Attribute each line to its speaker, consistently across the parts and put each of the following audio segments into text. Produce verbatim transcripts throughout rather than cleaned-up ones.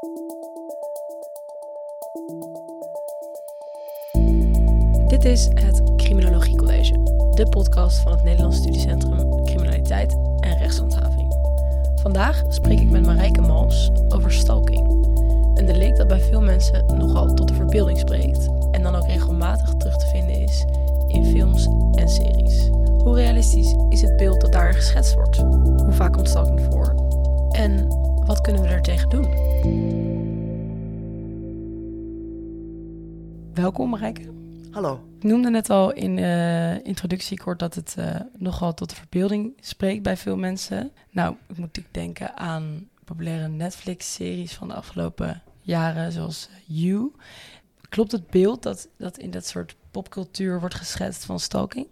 Speaker 1: Dit is het Criminologie College, de podcast van het Nederlands Studiecentrum Criminaliteit en Rechtshandhaving. Vandaag spreek ik met Marijke Mals over stalking. Een delict dat bij veel mensen nogal tot de verbeelding spreekt en dan ook regelmatig terug te vinden is in films en series. Hoe realistisch is het beeld dat daarin geschetst wordt? Hoe vaak komt stalking voor? En wat kunnen we er tegen doen? Welkom Marijke.
Speaker 2: Hallo.
Speaker 1: Ik noemde net al in de uh, introductie kort dat het uh, nogal tot de verbeelding spreekt bij veel mensen. Nou, ik moet natuurlijk denken aan populaire Netflix-series van de afgelopen jaren, zoals uh, You. Klopt het beeld dat, dat in dat soort popcultuur wordt geschetst van stalking?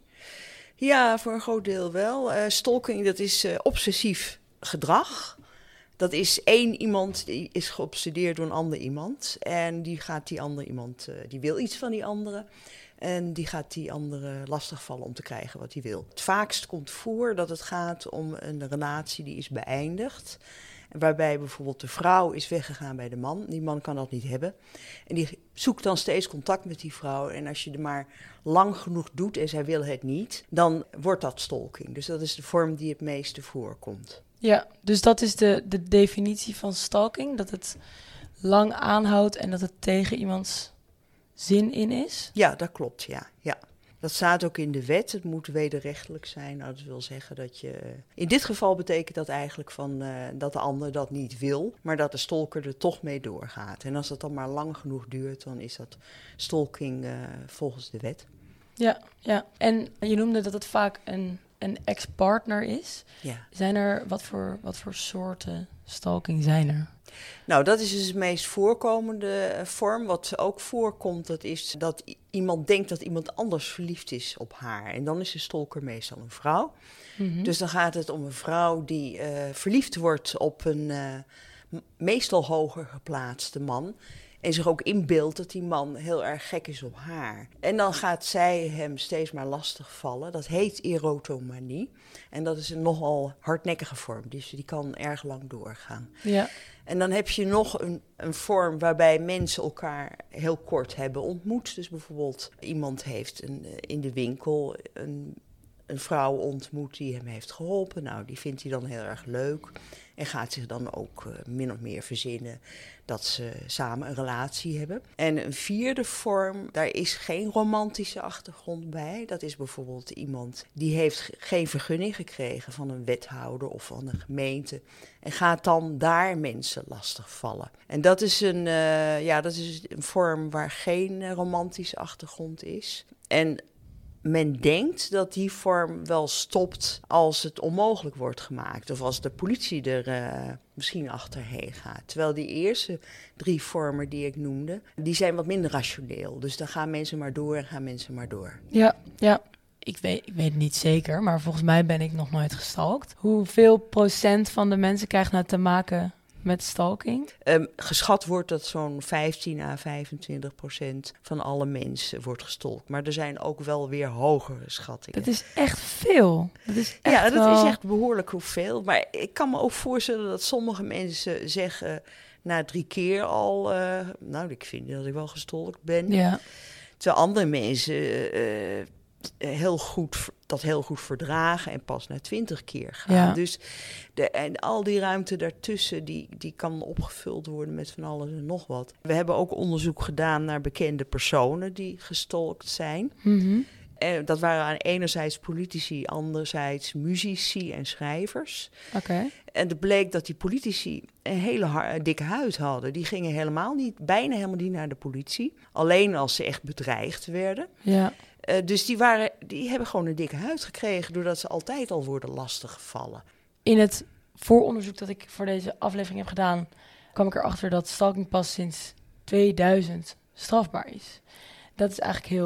Speaker 2: Ja, voor een groot deel wel. Uh, stalking, dat is uh, obsessief gedrag. Dat is één iemand die is geobsedeerd door een ander iemand. En die gaat die andere iemand, uh, die wil iets van die andere. En die gaat die andere lastigvallen om te krijgen wat hij wil. Het vaakst komt voor dat het gaat om een relatie die is beëindigd. Waarbij bijvoorbeeld de vrouw is weggegaan bij de man. Die man kan dat niet hebben. En die zoekt dan steeds contact met die vrouw. En als je er maar lang genoeg doet en zij wil het niet, dan wordt dat stalking. Dus dat is de vorm die het meeste voorkomt.
Speaker 1: Ja, dus dat is de, de definitie van stalking. Dat het lang aanhoudt en dat het tegen iemands zin in is?
Speaker 2: Ja, dat klopt, ja. ja. Dat staat ook in de wet. Het moet wederrechtelijk zijn. Nou, dat wil zeggen dat je... In dit geval betekent dat eigenlijk van, uh, dat de ander dat niet wil, maar dat de stalker er toch mee doorgaat. En als dat dan maar lang genoeg duurt, dan is dat stalking uh, volgens de wet.
Speaker 1: Ja, ja. En je noemde dat het vaak een, een ex-partner is.
Speaker 2: Ja. Zijn
Speaker 1: er, wat voor, wat voor soorten stalking zijn er?
Speaker 2: Nou, dat is dus de meest voorkomende vorm. Wat ook voorkomt, dat is dat i- iemand denkt dat iemand anders verliefd is op haar. En dan is de stalker meestal een vrouw. Mm-hmm. Dus dan gaat het om een vrouw die uh, verliefd wordt op een uh, meestal hoger geplaatste man. En zich ook inbeeldt dat die man heel erg gek is op haar. En dan gaat zij hem steeds maar lastigvallen. Dat heet erotomanie. En dat is een nogal hardnekkige vorm. Dus die kan erg lang doorgaan.
Speaker 1: Ja.
Speaker 2: En dan heb je nog een, een vorm waarbij mensen elkaar heel kort hebben ontmoet. Dus bijvoorbeeld iemand heeft een, in de winkel een, een vrouw ontmoet die hem heeft geholpen. Nou, die vindt hij dan heel erg leuk. En gaat zich dan ook uh, min of meer verzinnen dat ze samen een relatie hebben. En een vierde vorm, daar is geen romantische achtergrond bij. Dat is bijvoorbeeld iemand die heeft geen vergunning gekregen van een wethouder of van een gemeente. En gaat dan daar mensen lastigvallen. En dat is een, uh, ja, dat is een vorm waar geen uh, romantische achtergrond is. En men denkt dat die vorm wel stopt als het onmogelijk wordt gemaakt. Of als de politie er uh, misschien achterheen gaat. Terwijl die eerste drie vormen die ik noemde, die zijn wat minder rationeel. Dus dan gaan mensen maar door en gaan mensen maar door.
Speaker 1: Ja, ja. Ik weet, ik weet het niet zeker, maar volgens mij ben ik nog nooit gestalkt. Hoeveel procent van de mensen krijgt nou te maken met stalking?
Speaker 2: Um, geschat wordt dat zo'n vijftien à vijfentwintig procent van alle mensen wordt gestalkt. Maar er zijn ook wel weer hogere schattingen.
Speaker 1: Dat is echt veel. Dat is echt
Speaker 2: ja, dat
Speaker 1: wel...
Speaker 2: is echt behoorlijk hoeveel. Maar ik kan me ook voorstellen dat sommige mensen zeggen uh, na drie keer al, Uh, nou, ik vind dat ik wel gestalkt ben.
Speaker 1: Ja.
Speaker 2: Terwijl andere mensen Uh, heel goed, dat heel goed verdragen en pas na twintig keer gaan.
Speaker 1: Ja.
Speaker 2: Dus de, en al die ruimte daartussen, die, die kan opgevuld worden met van alles en nog wat. We hebben ook onderzoek gedaan naar bekende personen die gestalkt zijn.
Speaker 1: Mm-hmm.
Speaker 2: En dat waren aan enerzijds politici, anderzijds muzici en schrijvers.
Speaker 1: Okay.
Speaker 2: En het bleek dat die politici een hele har- dikke huid hadden. Die gingen helemaal niet, bijna helemaal niet naar de politie. Alleen als ze echt bedreigd werden.
Speaker 1: Ja.
Speaker 2: Uh, dus die, waren, die hebben gewoon een dikke huid gekregen, doordat ze altijd al worden lastiggevallen.
Speaker 1: In het vooronderzoek dat ik voor deze aflevering heb gedaan, kwam ik erachter dat stalking pas sinds tweeduizend strafbaar is. Dat is eigenlijk heel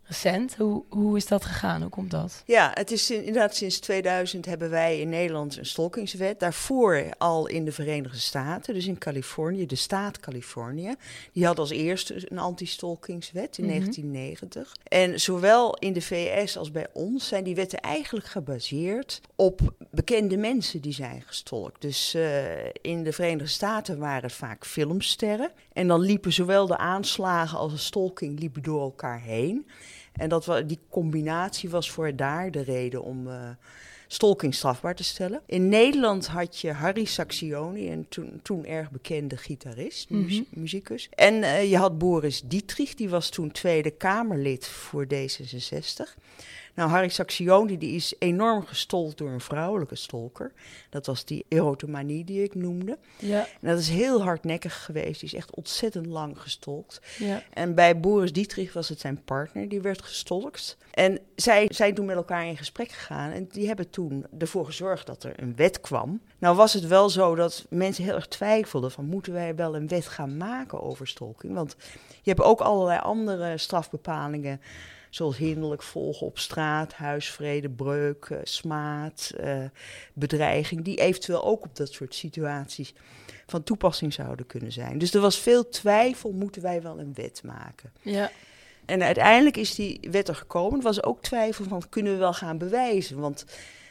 Speaker 1: recent. Hoe, hoe is dat gegaan? Hoe komt dat?
Speaker 2: Ja, het is inderdaad sinds tweeduizend hebben wij in Nederland een stalkingswet. Daarvoor al in de Verenigde Staten, dus in Californië, de staat Californië. Die had als eerste een anti-stalkingswet in mm-hmm. negentien negentig. En zowel in de V S als bij ons zijn die wetten eigenlijk gebaseerd op bekende mensen die zijn gestalkt. Dus uh, in de Verenigde Staten waren het vaak filmsterren. En dan liepen zowel de aanslagen als de stalking liepen door elkaar heen. En dat, die combinatie was voor daar de reden om uh, stalking strafbaar te stellen. In Nederland had je Harry Sacksioni, een toen, toen erg bekende gitarist, mm-hmm. muzie- muzikus. En uh, je had Boris Dietrich, die was toen Tweede Kamerlid voor D zesenzestig. Nou, Harry Sacksioni die is enorm gestolkt door een vrouwelijke stalker. Dat was die erotomanie die ik noemde.
Speaker 1: Ja.
Speaker 2: En dat is heel hardnekkig geweest. Die is echt ontzettend lang gestolkt.
Speaker 1: Ja.
Speaker 2: En bij Boris Dietrich was het zijn partner, die werd gestolkt. En zij zijn toen met elkaar in gesprek gegaan. En die hebben toen ervoor gezorgd dat er een wet kwam. Nou was het wel zo dat mensen heel erg twijfelden van, moeten wij wel een wet gaan maken over stalking? Want je hebt ook allerlei andere strafbepalingen, zoals hinderlijk volgen op straat, huisvrede, breuk, uh, smaad, uh, bedreiging, die eventueel ook op dat soort situaties van toepassing zouden kunnen zijn. Dus er was veel twijfel, moeten wij wel een wet maken?
Speaker 1: Ja.
Speaker 2: En uiteindelijk is die wet er gekomen. Er was ook twijfel van, kunnen we wel gaan bewijzen? Want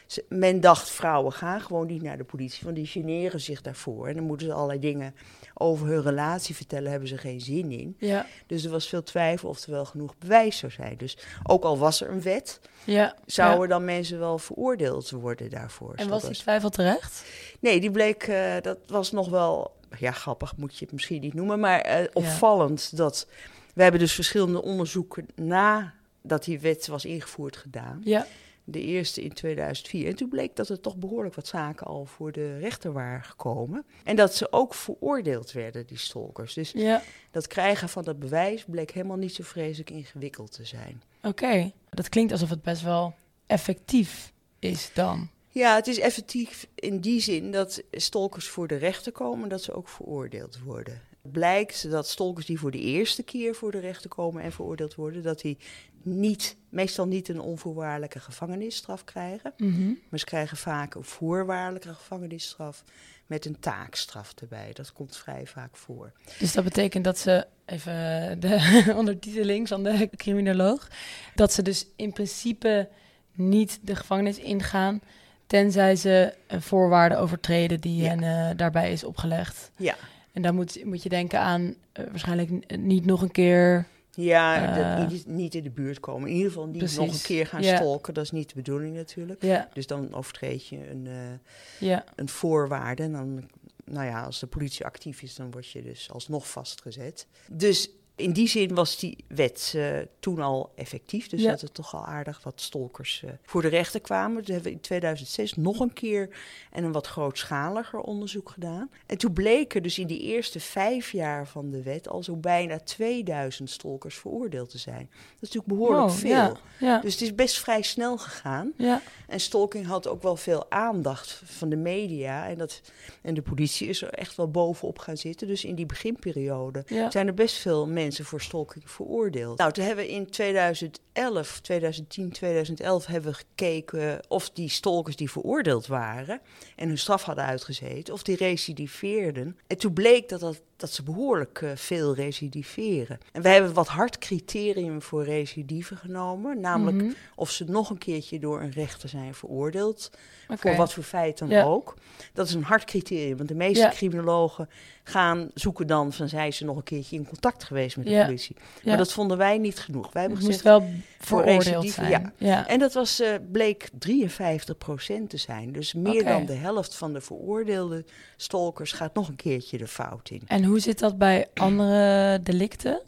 Speaker 2: men dacht, vrouwen gaan gewoon niet naar de politie, want die generen zich daarvoor. En dan moeten ze allerlei dingen over hun relatie vertellen, hebben ze geen zin in.
Speaker 1: Ja.
Speaker 2: Dus er was veel twijfel of er wel genoeg bewijs zou zijn. Dus ook al was er een wet,
Speaker 1: ja.
Speaker 2: zouden
Speaker 1: ja.
Speaker 2: dan mensen wel veroordeeld worden daarvoor.
Speaker 1: En was die twijfel terecht?
Speaker 2: Nee, die bleek, uh, dat was nog wel, ja grappig moet je het misschien niet noemen, maar uh, opvallend ja. dat, we hebben dus verschillende onderzoeken nadat die wet was ingevoerd gedaan.
Speaker 1: Ja.
Speaker 2: De eerste in tweeduizend vier. En toen bleek dat er toch behoorlijk wat zaken al voor de rechter waren gekomen. En dat ze ook veroordeeld werden, die stalkers. Dus
Speaker 1: ja.
Speaker 2: dat krijgen van dat bewijs bleek helemaal niet zo vreselijk ingewikkeld te zijn.
Speaker 1: Oké, okay. Dat klinkt alsof het best wel effectief is dan.
Speaker 2: Ja, het is effectief in die zin dat stalkers voor de rechter komen, dat ze ook veroordeeld worden. Het blijkt dat stalkers die voor de eerste keer voor de rechter komen en veroordeeld worden, dat die niet, meestal niet een onvoorwaardelijke gevangenisstraf krijgen.
Speaker 1: Mm-hmm.
Speaker 2: Maar ze krijgen vaak een voorwaardelijke gevangenisstraf met een taakstraf erbij. Dat komt vrij vaak voor.
Speaker 1: Dus dat betekent dat ze, even de ondertiteling van de criminoloog, dat ze dus in principe niet de gevangenis ingaan, tenzij ze een voorwaarde overtreden die ja. hen uh, daarbij is opgelegd.
Speaker 2: Ja.
Speaker 1: En dan moet, moet je denken aan uh, waarschijnlijk n- niet nog een keer.
Speaker 2: Ja,
Speaker 1: uh,
Speaker 2: dat niet, niet in de buurt komen. In ieder geval niet
Speaker 1: precies.
Speaker 2: nog een keer gaan
Speaker 1: ja.
Speaker 2: stalken. Dat is niet de bedoeling natuurlijk.
Speaker 1: Ja.
Speaker 2: Dus dan overtreed je een, uh,
Speaker 1: ja.
Speaker 2: een voorwaarde. En dan, nou ja, als de politie actief is, dan word je dus alsnog vastgezet. Dus in die zin was die wet uh, toen al effectief. Dus ja. dat er toch al aardig wat stalkers uh, voor de rechter kwamen. Toen hebben we in tweeduizend zes nog een keer en een wat grootschaliger onderzoek gedaan. En toen bleken dus in die eerste vijf jaar van de wet al zo bijna tweeduizend stalkers veroordeeld te zijn. Dat is natuurlijk behoorlijk
Speaker 1: wow,
Speaker 2: veel.
Speaker 1: Ja, ja.
Speaker 2: Dus het is best vrij snel gegaan.
Speaker 1: Ja.
Speaker 2: En stalking had ook wel veel aandacht van de media. En, dat, en de politie is er echt wel bovenop gaan zitten. Dus in die beginperiode ja. zijn er best veel mensen voor stalking veroordeeld. Nou, toen hebben we in tweeduizend elf, tweeduizend tien, tweeduizend elf hebben we gekeken of die stalkers die veroordeeld waren en hun straf hadden uitgezeten, of die recidiveerden. En toen bleek dat, dat, dat ze behoorlijk uh, veel recidiveren. En we hebben wat hard criterium voor recidive genomen, namelijk mm-hmm. of ze nog een keertje door een rechter zijn veroordeeld, okay. voor wat voor feit dan ja. ook. Dat is een hard criterium, want de meeste ja. criminologen gaan zoeken dan van, zijn ze nog een keertje in contact geweest met de ja. politie. Maar ja. dat vonden wij niet genoeg. Wij hebben
Speaker 1: het
Speaker 2: gezegd,
Speaker 1: moest wel veroordeeld zijn.
Speaker 2: Ja.
Speaker 1: Ja.
Speaker 2: En dat was, uh, bleek drieënvijftig procent te zijn. Dus meer
Speaker 1: okay.
Speaker 2: dan de helft van de veroordeelde stalkers gaat nog een keertje de fout in.
Speaker 1: En hoe zit dat bij andere delicten?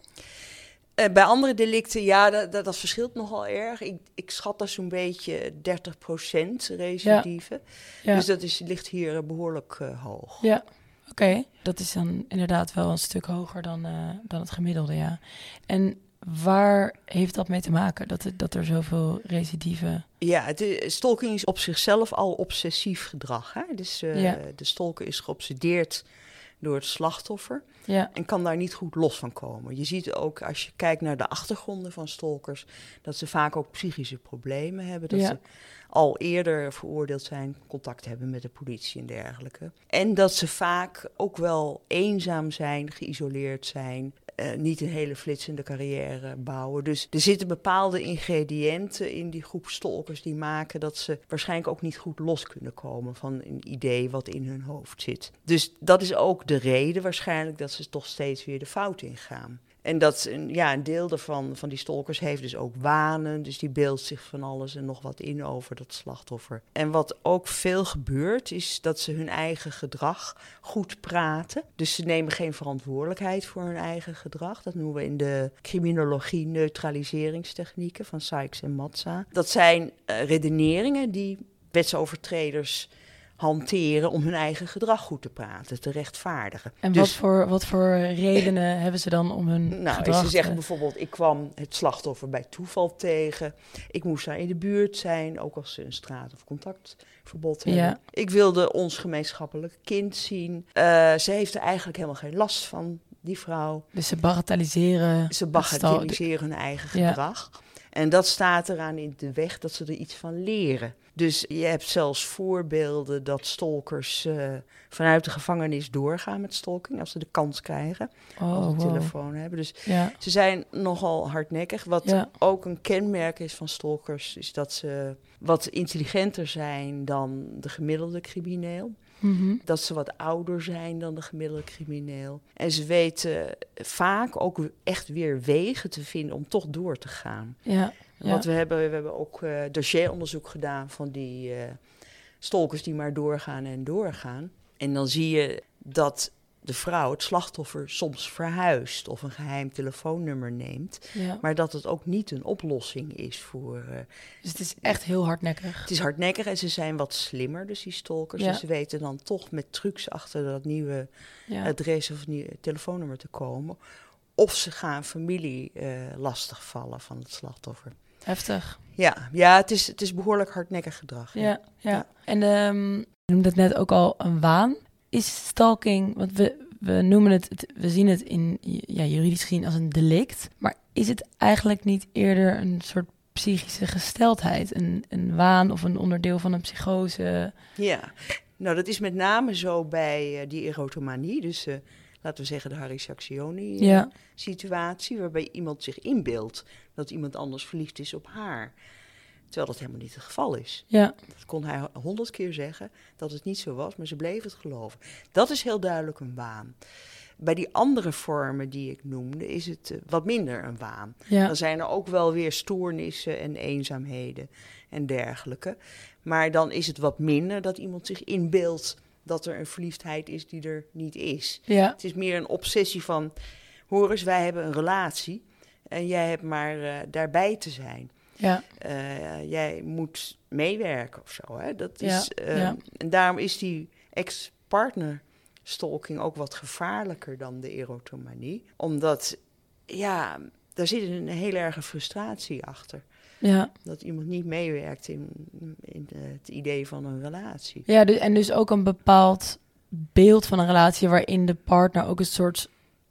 Speaker 2: Uh, bij andere delicten, ja, dat, dat, dat verschilt nogal erg. Ik, ik schat dat zo'n beetje dertig procent recidive. Ja. Ja. Dus dat is, ligt hier behoorlijk uh, hoog.
Speaker 1: Ja, oké. Okay. Dat is dan inderdaad wel een stuk hoger dan, uh, dan het gemiddelde, ja. En waar heeft dat mee te maken, dat, het, dat er zoveel recidive...
Speaker 2: Ja, het is, stalking is op zichzelf al obsessief gedrag. Hè? Dus uh, ja. de stalker is geobsedeerd door het slachtoffer.
Speaker 1: Ja.
Speaker 2: En kan daar niet goed los van komen. Je ziet ook, als je kijkt naar de achtergronden van stalkers, dat ze vaak ook psychische problemen hebben. Dat
Speaker 1: Ja.
Speaker 2: ze al eerder veroordeeld zijn, contact hebben met de politie en dergelijke. En dat ze vaak ook wel eenzaam zijn, geïsoleerd zijn. Uh, niet een hele flitsende carrière bouwen. Dus er zitten bepaalde ingrediënten in die groep stalkers die maken dat ze waarschijnlijk ook niet goed los kunnen komen van een idee wat in hun hoofd zit. Dus dat is ook de reden waarschijnlijk dat ze toch steeds weer de fout ingaan. En dat een, ja, een deel daarvan, van die stalkers heeft dus ook wanen. Dus die beeldt zich van alles en nog wat in over dat slachtoffer. En wat ook veel gebeurt, is dat ze hun eigen gedrag goed praten. Dus ze nemen geen verantwoordelijkheid voor hun eigen gedrag. Dat noemen we in de criminologie neutraliseringstechnieken van Sykes en Matza. Dat zijn uh, redeneringen die wetsovertreders hanteren om hun eigen gedrag goed te praten, te rechtvaardigen.
Speaker 1: En
Speaker 2: dus,
Speaker 1: wat, voor, wat voor redenen hebben ze dan om hun
Speaker 2: nou,
Speaker 1: gedrag
Speaker 2: ze zeggen
Speaker 1: te...
Speaker 2: bijvoorbeeld, ik kwam het slachtoffer bij toeval tegen. Ik moest daar in de buurt zijn, ook als ze een straat- of contactverbod hebben.
Speaker 1: Ja.
Speaker 2: Ik wilde ons gemeenschappelijk kind zien. Uh, ze heeft er eigenlijk helemaal geen last van, die vrouw.
Speaker 1: Dus ze bagatelliseren...
Speaker 2: Ze bagatelliseren hun eigen
Speaker 1: ja.
Speaker 2: gedrag. En dat staat eraan in de weg dat ze er iets van leren. Dus je hebt zelfs voorbeelden dat stalkers uh, vanuit de gevangenis doorgaan met stalking, als ze de kans krijgen,
Speaker 1: oh,
Speaker 2: als ze een
Speaker 1: wow.
Speaker 2: telefoon hebben. Dus
Speaker 1: ja.
Speaker 2: ze zijn nogal hardnekkig. Wat
Speaker 1: ja.
Speaker 2: ook een kenmerk is van stalkers, is dat ze wat intelligenter zijn dan de gemiddelde crimineel.
Speaker 1: Mm-hmm.
Speaker 2: Dat ze wat ouder zijn dan de gemiddelde crimineel. En ze weten vaak ook echt weer wegen te vinden om toch door te gaan.
Speaker 1: Ja. Ja.
Speaker 2: Want we hebben, we hebben ook uh, dossieronderzoek gedaan van die uh, stalkers die maar doorgaan en doorgaan. En dan zie je dat de vrouw, het slachtoffer, soms verhuist of een geheim telefoonnummer neemt.
Speaker 1: Ja.
Speaker 2: Maar dat het ook niet een oplossing is voor... Uh,
Speaker 1: dus het is echt heel hardnekkig.
Speaker 2: Het is hardnekkig en ze zijn wat slimmer, dus die stalkers.
Speaker 1: Ja.
Speaker 2: Dus ze weten dan toch met trucs achter dat nieuwe ja. adres of nieuwe telefoonnummer te komen. Of ze gaan familie uh, lastigvallen van het slachtoffer.
Speaker 1: Heftig.
Speaker 2: Ja, ja het, is, het is behoorlijk hardnekkig gedrag.
Speaker 1: Ja, ja. ja. En um, je noemde het net ook al een waan. Is stalking, want we, we noemen het, het, we zien het in ja, juridisch gezien als een delict. Maar is het eigenlijk niet eerder een soort psychische gesteldheid? Een, een waan of een onderdeel van een psychose?
Speaker 2: Ja, nou dat is met name zo bij uh, die erotomanie. Dus uh, laten we zeggen de Harry Saxioni uh,
Speaker 1: ja.
Speaker 2: situatie. Waarbij iemand zich inbeeldt dat iemand anders verliefd is op haar. Terwijl dat helemaal niet het geval is.
Speaker 1: Ja.
Speaker 2: Dat kon hij honderd keer zeggen, dat het niet zo was, maar ze bleef het geloven. Dat is heel duidelijk een waan. Bij die andere vormen die ik noemde, is het uh, wat minder een waan.
Speaker 1: Ja.
Speaker 2: Dan zijn er ook wel weer stoornissen en eenzaamheden en dergelijke. Maar dan is het wat minder dat iemand zich inbeeldt dat er een verliefdheid is die er niet is.
Speaker 1: Ja.
Speaker 2: Het is meer een obsessie van, hoor eens, wij hebben een relatie en jij hebt maar uh, daarbij te zijn.
Speaker 1: Ja.
Speaker 2: Uh, jij moet meewerken of zo. Hè? Dat is,
Speaker 1: ja,
Speaker 2: uh,
Speaker 1: ja.
Speaker 2: En daarom is die ex-partner stalking ook wat gevaarlijker dan de erotomanie. Omdat, ja, daar zit een hele erge frustratie achter.
Speaker 1: Ja.
Speaker 2: Dat iemand niet meewerkt in, in het idee van een relatie.
Speaker 1: Ja, dus, en dus ook een bepaald beeld van een relatie waarin de partner ook een soort...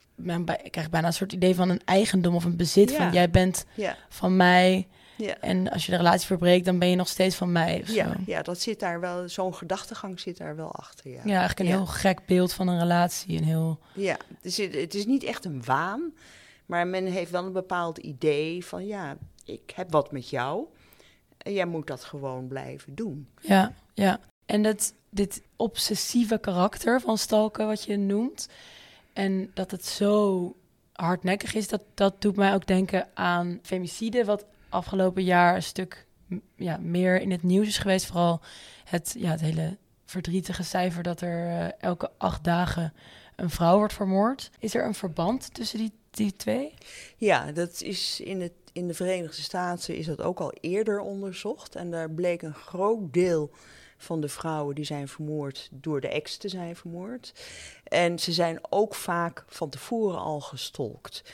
Speaker 1: Ik krijg bijna een soort idee van een eigendom of een bezit. Ja. Van jij bent
Speaker 2: ja.
Speaker 1: van mij...
Speaker 2: Ja.
Speaker 1: En als je de relatie verbreekt, dan ben je nog steeds van mij.
Speaker 2: Ja, ja, dat zit daar wel, zo'n gedachtegang zit daar wel achter. Ja,
Speaker 1: ja eigenlijk een ja. heel gek beeld van een relatie. Een heel...
Speaker 2: Ja, dus het, het is niet echt een waan, maar men heeft wel een bepaald idee van, ja, ik heb wat met jou en jij moet dat gewoon blijven doen.
Speaker 1: Ja, ja. En dat, dit obsessieve karakter van stalken, wat je noemt, en dat het zo hardnekkig is, dat, dat doet mij ook denken aan femicide, wat afgelopen jaar een stuk ja, meer in het nieuws is geweest. Vooral het, ja, het hele verdrietige cijfer dat er uh, elke acht dagen een vrouw wordt vermoord. Is er een verband tussen die, die twee?
Speaker 2: Ja, dat is in, het, in de Verenigde Staten is dat ook al eerder onderzocht. En daar bleek een groot deel van de vrouwen die zijn vermoord door de ex te zijn vermoord. En ze zijn ook vaak van tevoren al gestalkt.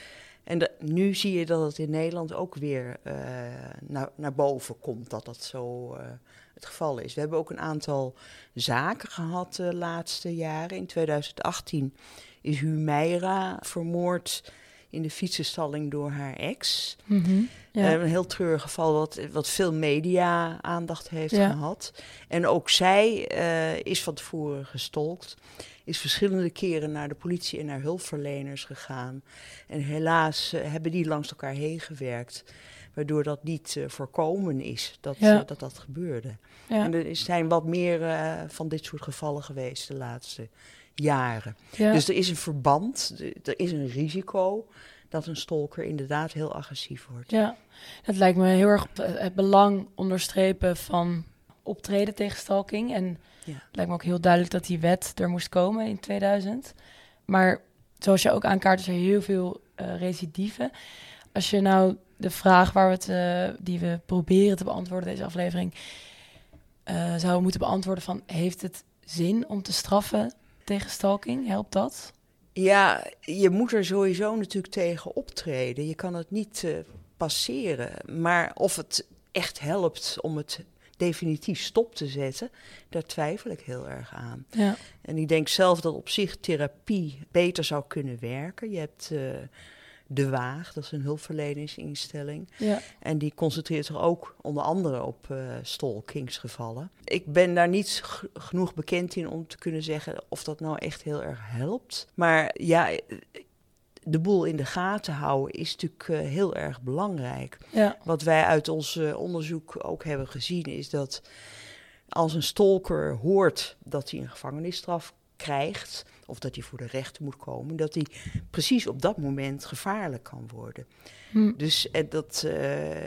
Speaker 2: En de, nu zie je dat het in Nederland ook weer uh, naar, naar boven komt, dat dat zo uh, het geval is. We hebben ook een aantal zaken gehad de laatste jaren. In tweeduizend achttien is Humaira vermoord in de fietsenstalling door haar ex.
Speaker 1: Mm-hmm, ja.
Speaker 2: uh, een heel treurig geval wat, wat veel media-aandacht heeft
Speaker 1: ja.
Speaker 2: gehad. En ook zij uh, is van tevoren gestalkt. Is verschillende keren naar de politie en naar hulpverleners gegaan. En helaas uh, hebben die langs elkaar heen gewerkt. Waardoor dat niet uh, voorkomen is dat, ja. uh, dat dat gebeurde. Ja. En er zijn wat meer uh, van dit soort gevallen geweest de laatste jaren. Ja. Dus er is een verband, er is een risico dat een stalker inderdaad heel agressief wordt.
Speaker 1: Ja, het lijkt me heel erg het belang onderstrepen van optreden tegen stalking. En ja. het lijkt me ook heel duidelijk dat die wet er moest komen in tweeduizend. Maar zoals je ook aankaart, is er heel veel uh, recidieven. Als je nou de vraag waar we het, uh, die we proberen te beantwoorden deze aflevering uh, zouden moeten beantwoorden van, heeft het zin om te straffen tegen stalking? Helpt dat?
Speaker 2: Ja, je moet er sowieso natuurlijk tegen optreden. Je kan het niet uh, passeren. Maar of het echt helpt om het definitief stop te zetten, daar twijfel ik heel erg aan. Ja. En ik denk zelf dat op zich therapie beter zou kunnen werken. Je hebt uh, De Waag, dat is een hulpverleningsinstelling. Ja. En die concentreert zich ook onder andere op uh, stalkingsgevallen. Ik ben daar niet g- genoeg bekend in om te kunnen zeggen of dat nou echt heel erg helpt. Maar ja, de boel in de gaten houden is natuurlijk uh, heel erg belangrijk. Ja. Wat wij uit ons uh, onderzoek ook hebben gezien is dat als een stalker hoort dat hij een gevangenisstraf krijgt, of dat hij voor de rechter moet komen, dat hij precies op dat moment gevaarlijk kan worden. Hm. Dus en dat, uh,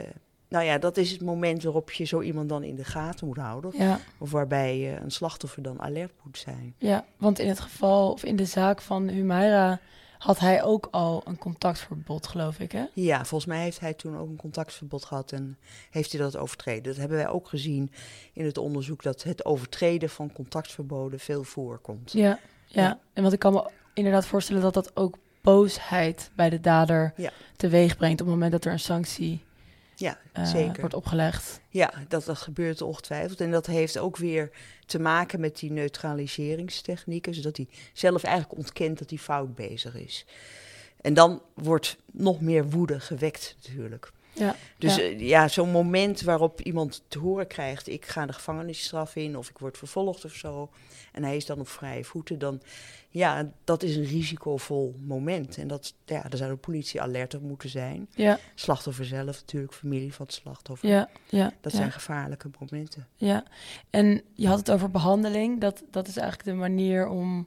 Speaker 2: nou ja, dat is het moment waarop je zo iemand dan in de gaten moet houden. Ja. Of waarbij uh, een slachtoffer dan alert moet zijn.
Speaker 1: Ja, want in het geval, of in de zaak van Humaira, had hij ook al een contactverbod, geloof ik, hè?
Speaker 2: Ja, volgens mij heeft hij toen ook een contactverbod gehad en heeft hij dat overtreden. Dat hebben wij ook gezien in het onderzoek, dat het overtreden van contactverboden veel voorkomt.
Speaker 1: Ja, ja. ja. En want ik kan me inderdaad voorstellen dat dat ook boosheid bij de dader ja. teweeg brengt op het moment dat er een sanctie
Speaker 2: ja,
Speaker 1: uh,
Speaker 2: zeker.
Speaker 1: wordt opgelegd.
Speaker 2: Ja, dat, dat gebeurt ongetwijfeld. En dat heeft ook weer te maken met die neutraliseringstechnieken, zodat hij zelf eigenlijk ontkent dat hij fout bezig is. En dan wordt nog meer woede gewekt natuurlijk. Ja, dus ja, uh, ja zo'n moment waarop iemand te horen krijgt, ik ga de gevangenisstraf in of ik word vervolgd of zo, en hij is dan op vrije voeten, dan ja, dat is een risicovol moment. En dat, ja, daar zou de politie alert op moeten zijn. Ja. Slachtoffer zelf natuurlijk, familie van het slachtoffer. Ja, ja, dat ja. zijn gevaarlijke momenten.
Speaker 1: Ja, en je had het over behandeling. Dat, dat is eigenlijk de manier om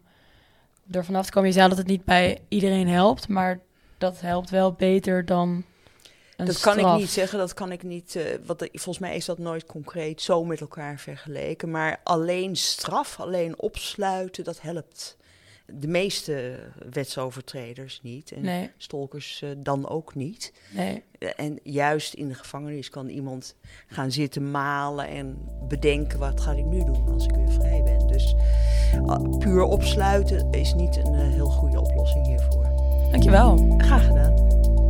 Speaker 1: er vanaf te komen. Je zei dat het niet bij iedereen helpt, maar dat helpt wel beter dan een
Speaker 2: Dat
Speaker 1: straf.
Speaker 2: kan ik niet zeggen, dat kan ik niet. Uh, wat, volgens mij is dat nooit concreet zo met elkaar vergeleken. Maar alleen straf, alleen opsluiten, dat helpt. De meeste wetsovertreders niet. En nee. stalkers uh, dan ook niet. Nee. Uh, en juist in de gevangenis kan iemand gaan zitten malen en bedenken, wat ga ik nu doen als ik weer vrij ben. Dus uh, puur opsluiten is niet een uh, heel goede oplossing hiervoor.
Speaker 1: Dankjewel.
Speaker 2: Graag gedaan.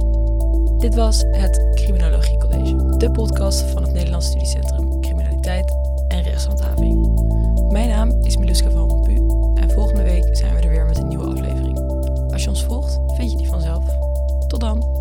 Speaker 1: Dit was het Criminologie College, de podcast van het Nederlands Studiecentrum Criminaliteit en Rechtshandhaving. Mijn naam is Miluska van Rompuy en volgende week zijn we er weer met een nieuwe aflevering. Als je ons volgt, vind je die vanzelf. Tot dan!